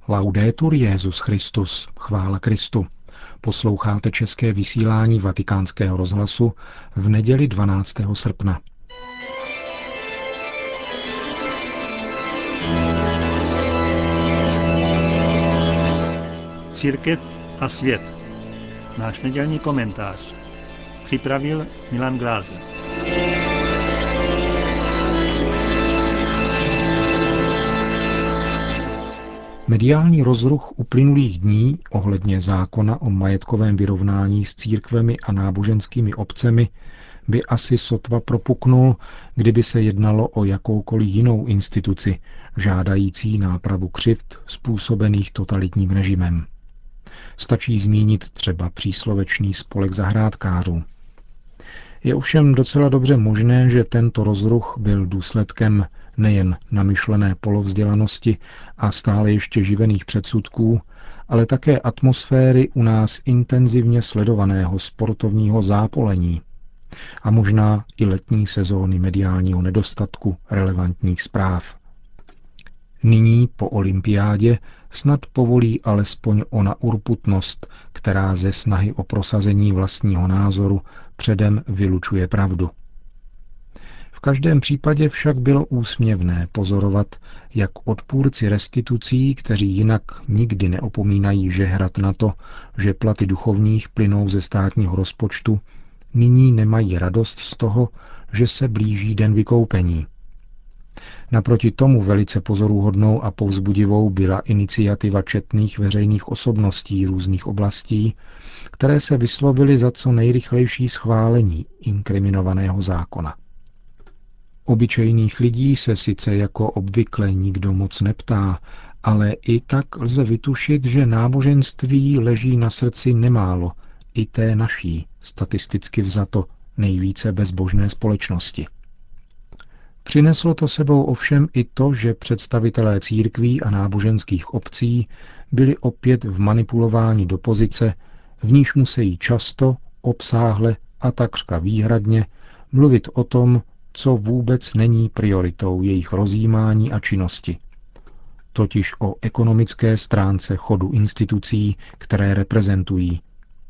Laudetur Jesus Christus, chvála Kristu. Posloucháte české vysílání Vatikánského rozhlasu v neděli 12. srpna. Církev a svět. Náš nedělní komentář. Připravil Milan Glázer. Mediální rozruch uplynulých dní ohledně zákona o majetkovém vyrovnání s církvemi a náboženskými obcemi by asi sotva propuknul, kdyby se jednalo o jakoukoliv jinou instituci, žádající nápravu křivd způsobených totalitním režimem. Stačí zmínit třeba příslovečný spolek zahrádkářů. Je ovšem docela dobře možné, že tento rozruch byl důsledkem nejen namyšlené polovzdělanosti a stále ještě živených předsudků, ale také atmosféry u nás intenzivně sledovaného sportovního zápolení a možná i letní sezóny mediálního nedostatku relevantních zpráv. Nyní po olympiádě snad povolí alespoň ona urputnost, která ze snahy o prosazení vlastního názoru předem vylučuje pravdu. V každém případě však bylo úsměvné pozorovat, jak odpůrci restitucí, kteří jinak nikdy neopomínají žehrat na to, že platy duchovních plynou ze státního rozpočtu, nyní nemají radost z toho, že se blíží den vykoupení. Naproti tomu velice pozoruhodnou a povzbudivou byla iniciativa četných veřejných osobností různých oblastí, které se vyslovily za co nejrychlejší schválení inkriminovaného zákona. Obyčejných lidí se sice jako obvykle nikdo moc neptá, ale i tak lze vytušit, že náboženství leží na srdci nemálo, i té naší, statisticky vzato, nejvíce bezbožné společnosti. Přineslo to sebou ovšem i to, že představitelé církví a náboženských obcí byli opět vmanipulováni do pozice, v níž musí často, obsáhle a takřka výhradně mluvit o tom, co vůbec není prioritou jejich rozjímání a činnosti. Totiž o ekonomické stránce chodu institucí, které reprezentují.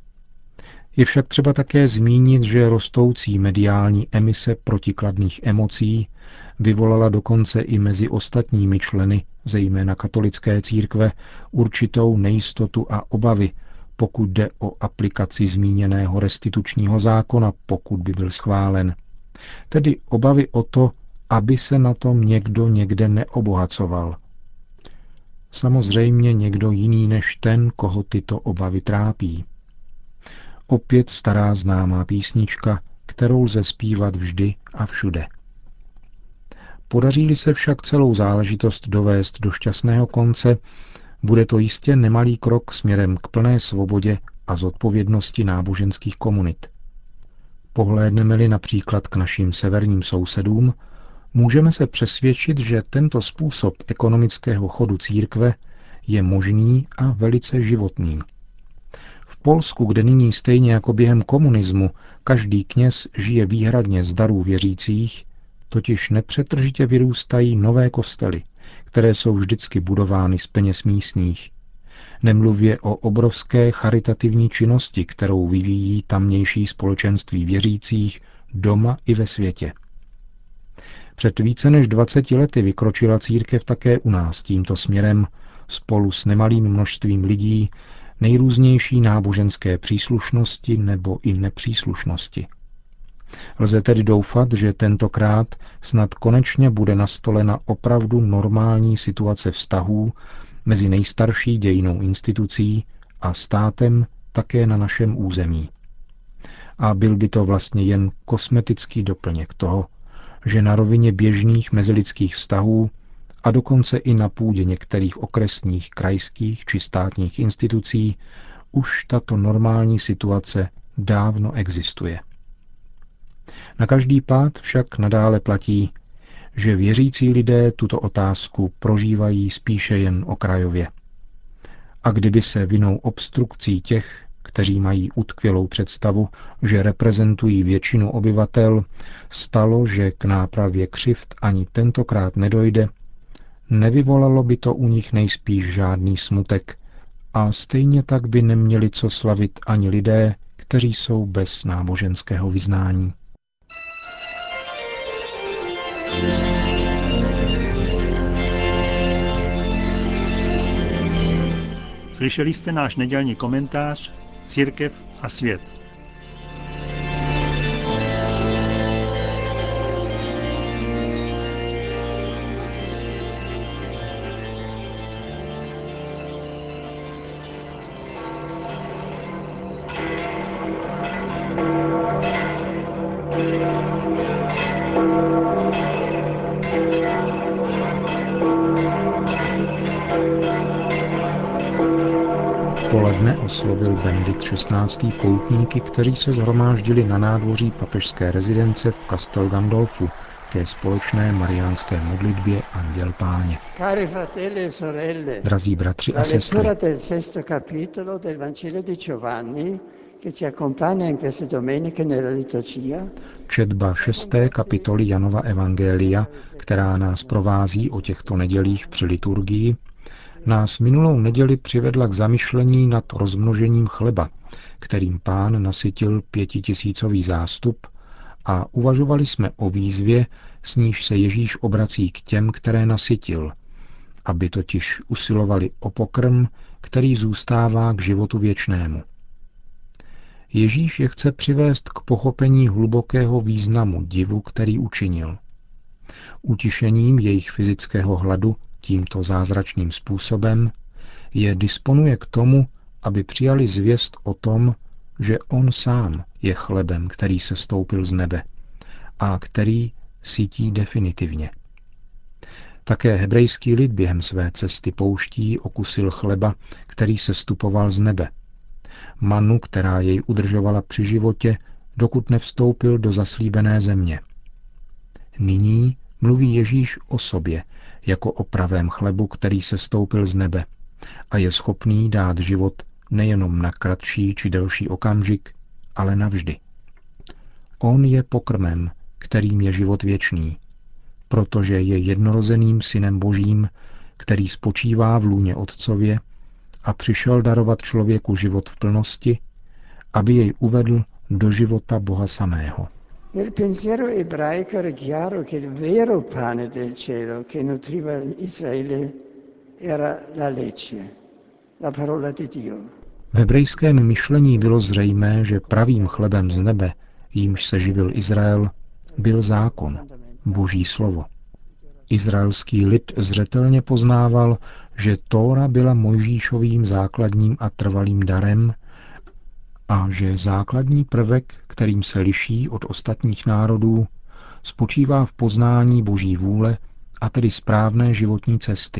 Je však třeba také zmínit, že rostoucí mediální emise protikladných emocí vyvolala dokonce i mezi ostatními členy, zejména katolické církve, určitou nejistotu a obavy, pokud jde o aplikaci zmíněného restitučního zákona, pokud by byl schválen. Tedy obavy o to, aby se na tom někdo někde neobohacoval. Samozřejmě někdo jiný než ten, koho tyto obavy trápí. Opět stará známá písnička, kterou lze zpívat vždy a všude. Podaří-li se však celou záležitost dovést do šťastného konce, bude to jistě nemalý krok směrem k plné svobodě a zodpovědnosti náboženských komunit. Pohlédneme-li například k našim severním sousedům, můžeme se přesvědčit, že tento způsob ekonomického chodu církve je možný a velice životný. V Polsku, kde nyní stejně jako během komunismu každý kněz žije výhradně z darů věřících, totiž nepřetržitě vyrůstají nové kostely, které jsou vždycky budovány z peněz místních. Nemluvě o obrovské charitativní činnosti, kterou vyvíjí tamnější společenství věřících doma i ve světě. Před více než 20 lety vykročila církev také u nás tímto směrem spolu s nemalým množstvím lidí nejrůznější náboženské příslušnosti nebo i nepříslušnosti. Lze tedy doufat, že tentokrát snad konečně bude nastolena opravdu normální situace vztahů mezi nejstarší dějinnou institucí a státem také na našem území. A byl by to vlastně jen kosmetický doplněk toho, že na rovině běžných mezilidských vztahů a dokonce i na půdě některých okresních, krajských či státních institucí už tato normální situace dávno existuje. Na každý pád však nadále platí, že věřící lidé tuto otázku prožívají spíše jen okrajově. A kdyby se vinou obstrukcí těch, kteří mají utkvělou představu, že reprezentují většinu obyvatel, stalo, že k nápravě křivd ani tentokrát nedojde, Nevyvolalo by to u nich nejspíš žádný smutek a stejně tak by neměli co slavit ani lidé, kteří jsou bez náboženského vyznání. Slyšeli jste náš nedělní komentář Církev a svět. V poledne oslovil Benedikt XVI. Poutníky, kteří se shromáždili na nádvoří papežské rezidence v Castel Gandolfu ke společné mariánské modlitbě Anděl Páně. Drazí bratři a sestry, četba 6. kapitoly Janova Evangelia, která nás provází o těchto nedělích při liturgii, nás minulou neděli přivedla k zamyšlení nad rozmnožením chleba, kterým Pán nasytil 5000 zástup, a uvažovali jsme o výzvě, s níž se Ježíš obrací k těm, které nasytil, aby totiž usilovali o pokrm, který zůstává k životu věčnému. Ježíš je chce přivést k pochopení hlubokého významu divu, který učinil. Utišením jejich fyzického hladu tímto zázračným způsobem je disponuje k tomu, aby přijali zvěst o tom, že on sám je chlebem, který se stoupil z nebe a který sytí definitivně. Také hebrejský lid během své cesty pouští okusil chleba, který se stupoval z nebe. Manu, která jej udržovala při životě, dokud nevstoupil do zaslíbené země. Nyní mluví Ježíš o sobě, jako o pravém chlebu, který se stoupil z nebe a je schopný dát život nejenom na kratší či delší okamžik, ale navždy. On je pokrmem, kterým je život věčný, protože je jednorozeným synem Božím, který spočívá v lůně Otcově a přišel darovat člověku život v plnosti, aby jej uvedl do života Boha samého. Nel pensiero ebraico era chiaro che il vero pane del cielo che nutriva Israele era la legge, la parola di Dio. V hebrejském myšlení bylo zřejmé, že pravým chlebem z nebe, jímž se živil Izrael, byl zákon, Boží slovo. Izraelský lid zřetelně poznával, že Tóra byla Mojžíšovým základním a trvalým darem a že základní prvek, kterým se liší od ostatních národů, spočívá v poznání Boží vůle a tedy správné životní cesty.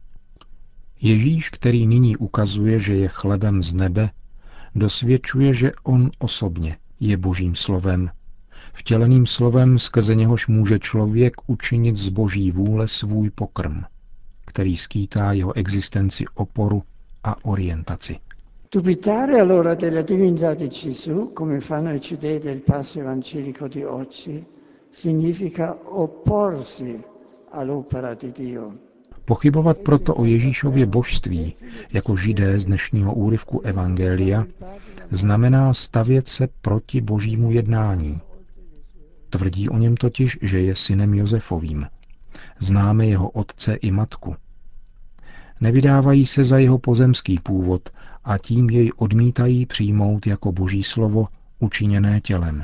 Ježíš, který nyní ukazuje, že je chlebem z nebe, dosvědčuje, že on osobně je Božím slovem, vtěleným slovem, skrze něhož může člověk učinit z Boží vůle svůj pokrm, který skýtá jeho existenci oporu a orientaci. Dubitare allora della divinità di Gesù, come fanno i giudei del passo evangelico di oggi, significa opporsi all'opera di Dio. Pochybovat proto o Ježíšově božství, jako Židé z dnešního úryvku Evangelia, znamená stavět se proti Božímu jednání. Tvrdí o něm totiž, že je synem Josefovým. Známe jeho otce i matku. Nevydávají se za jeho pozemský původ a tím jej odmítají přijmout jako Boží slovo učiněné tělem.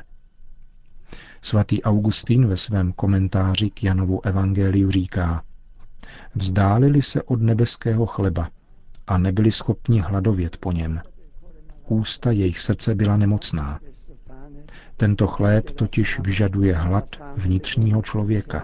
Svatý Augustín ve svém komentáři k Janovu evangeliu říká: vzdálili se od nebeského chleba a nebyli schopni hladovět po něm. Ústa jejich srdce byla nemocná. Tento chléb totiž vyžaduje hlad vnitřního člověka.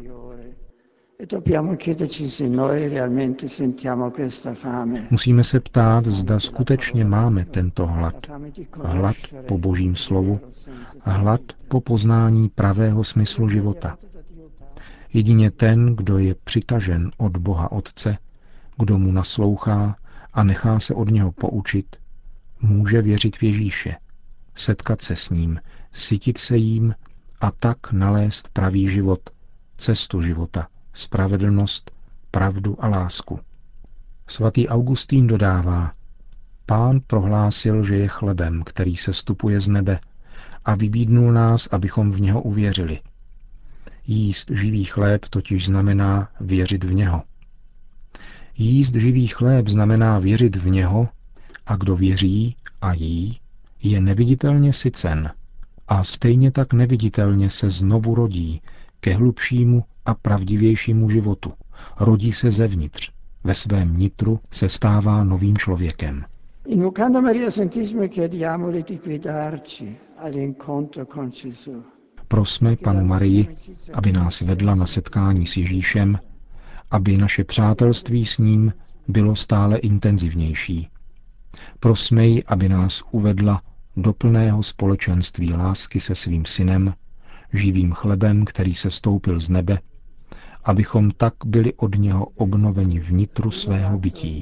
Musíme se ptát, zda skutečně máme tento hlad. Hlad po Božím slovu, hlad po poznání pravého smyslu života. Jedině ten, kdo je přitažen od Boha Otce, kdo mu naslouchá a nechá se od něho poučit, může věřit v Ježíše, setkat se s ním, sytit se jím a tak nalézt pravý život, cestu života, spravedlnost, pravdu a lásku. Svatý Augustín dodává, Pán prohlásil, že je chlebem, který se stupuje z nebe, a vybídnul nás, abychom v něho uvěřili. Jíst živý chléb totiž znamená věřit v něho. Jíst živý chléb znamená věřit v něho, a kdo věří a jí, je neviditelně sycen a stejně tak neviditelně se znovu rodí ke hlubšímu a pravdivějšímu životu. Rodí se zevnitř, ve svém nitru se stává novým člověkem. Invocando Maria Santissima chiediamole di guidarci all'incontro con Gesù. Prosme Panu Marii, aby nás vedla na setkání s Ježíšem, aby naše přátelství s ním bylo stále intenzivnější. Prosme ji, aby nás uvedla do plného společenství lásky se svým synem, živým chlebem, který se stoupil z nebe, abychom tak byli od něho obnoveni vnitru svého bytí.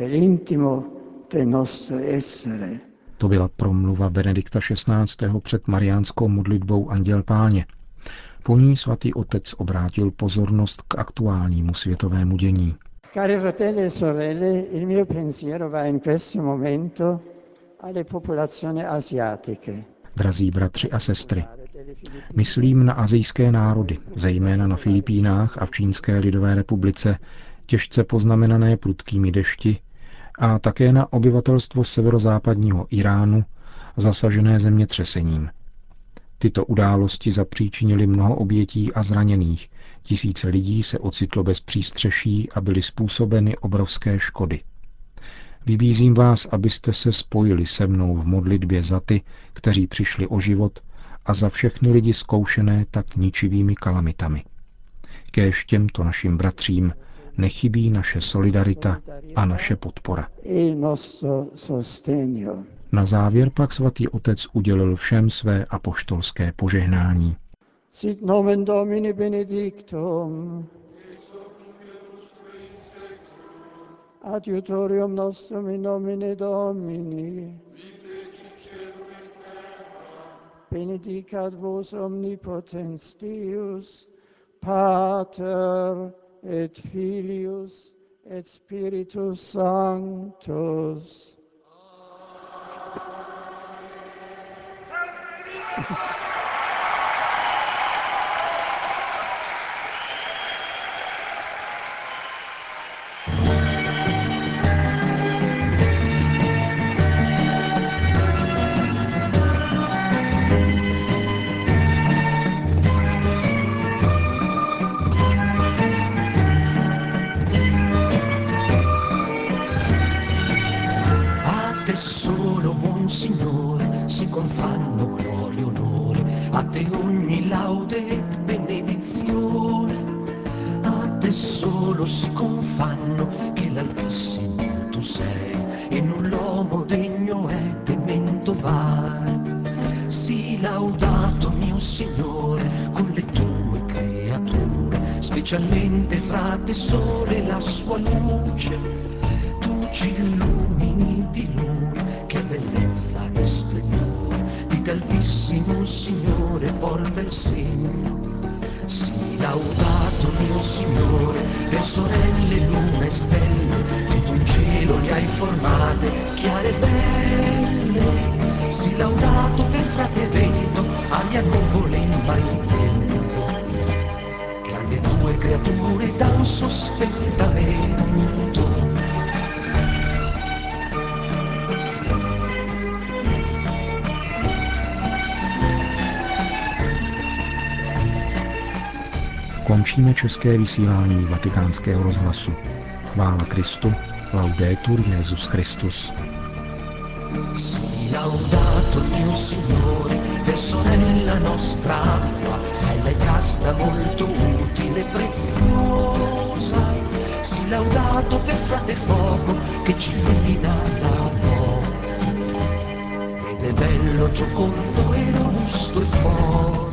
To byla promluva Benedikta XVI. Před mariánskou modlitbou Anděl Páně. Po ní svatý otec obrátil pozornost k aktuálnímu světovému dění. Cari fratelli e sorelle, il mio pensiero va in questo momento alle popolazioni asiatiche. Drazí bratři a sestry, myslím na asijské národy, zejména na Filipínách a v Čínské lidové republice, těžce poznamenané prudkými dešti, a také na obyvatelstvo severozápadního Iránu, zasažené zemětřesením. Tyto události zapříčinily mnoho obětí a zraněných, tisíce lidí se ocitlo bez přístřeší a byly způsobeny obrovské škody. Vybízím vás, abyste se spojili se mnou v modlitbě za ty, kteří přišli o život, a za všechny lidi zkoušené tak ničivými kalamitami. Kéž těmto našim bratřím nechybí naše solidarita a naše podpora. Na závěr pak svatý otec udělil všem své apoštolské požehnání. Sit nomen Domini benedictum. Adiutorium nostrum in nomine Domini. Benedicat vos omnipotens Deus, Pater et Filius et Spiritus Sanctus. Signore, si confanno gloria e onore, a te ogni laude et benedizione, a te solo si confanno che l'Altissimo tu sei, e null'uomo degno è temento vare. Sii laudato mio Signore con le tue creature, specialmente fra te sole la sua luce, tu ci illumini di lui, che bellezza e splendore di t'altissimo Signore porta il segno. Sii laudato mio Signore per sorelle, luna e stelle, tutto in cielo le hai formate chiare e belle. Sii laudato per frate vento, aria nuvole in maltempo, che alle tue creature dan sostentamento. Končíme české vysílání Vatikánského rozhlasu. Chvála Kristu, laudetur Jesus Christus. Sii laudato Dio Signore per sorella nostra acqua, bella e casta, molto utile e preziosa. Sii laudato per frate fuoco che ci illumina la notte, ed è bello, giocondo e robusto il fuoco.